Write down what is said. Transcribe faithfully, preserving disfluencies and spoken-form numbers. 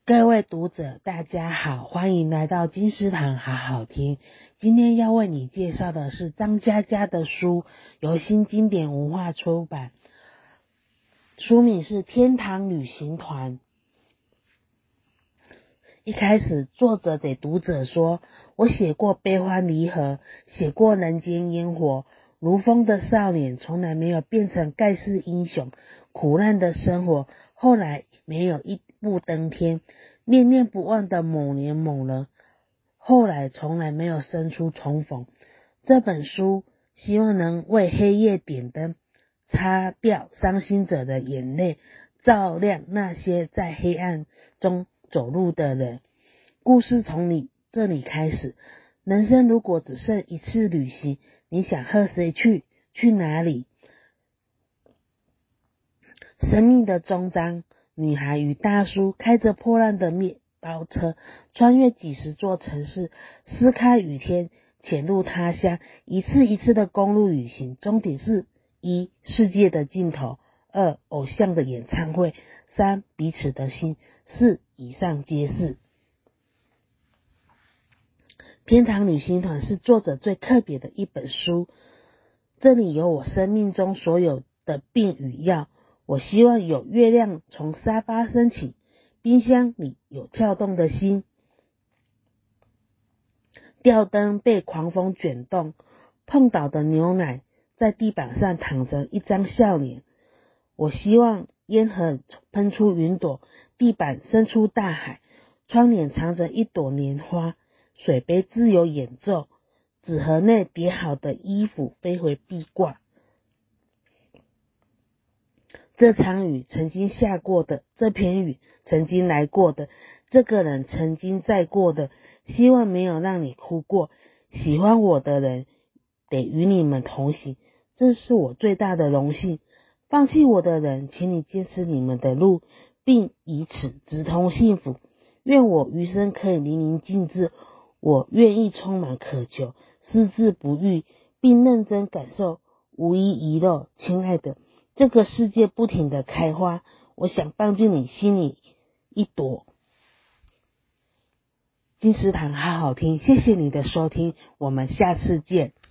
各位读者大家好，欢迎来到金石堂好好听。今天要为你介绍的是张嘉佳的书，由新经典文化出版，书名是《天堂旅行团》。一开始作者给读者说，我写过悲欢离合，写过人间烟火，如风的少年从来没有变成盖世英雄，苦难的生活后来没有一步登天，念念不忘的某年某人后来从来没有生出重逢。这本书希望能为黑夜点灯，擦掉伤心者的眼泪，照亮那些在黑暗中走路的人。故事从你这里开始，人生如果只剩一次旅行，你想和谁去？去哪里？生命的终章，女孩与大叔开着破烂的面包车，穿越几十座城市，撕开雨天，潜入他乡，一次一次的公路旅行，终点是一世界的尽头，二偶像的演唱会，三彼此的心，四以上皆是。天堂旅行团是作者最特别的一本书，这里有我生命中所有的病与药。我希望有月亮从沙发升起，冰箱里有跳动的心，吊灯被狂风卷动，碰倒的牛奶在地板上躺着一张笑脸。我希望烟盒喷出云朵，地板伸出大海，窗帘藏着一朵莲花，水杯自由演奏，纸盒内叠好的衣服飞回壁挂。这场雨曾经下过的，这片雨曾经来过的，这个人曾经在过的，希望没有让你哭过。喜欢我的人得与你们同行，这是我最大的荣幸。放弃我的人，请你坚持你们的路，并以此直通幸福。愿我余生可以淋漓尽致，我愿意充满渴求，矢志不渝，并认真感受，无一遗漏。亲爱的，这个世界不停地开花，我想放进你心里一朵。金石堂好好听，谢谢你的收听，我们下次见。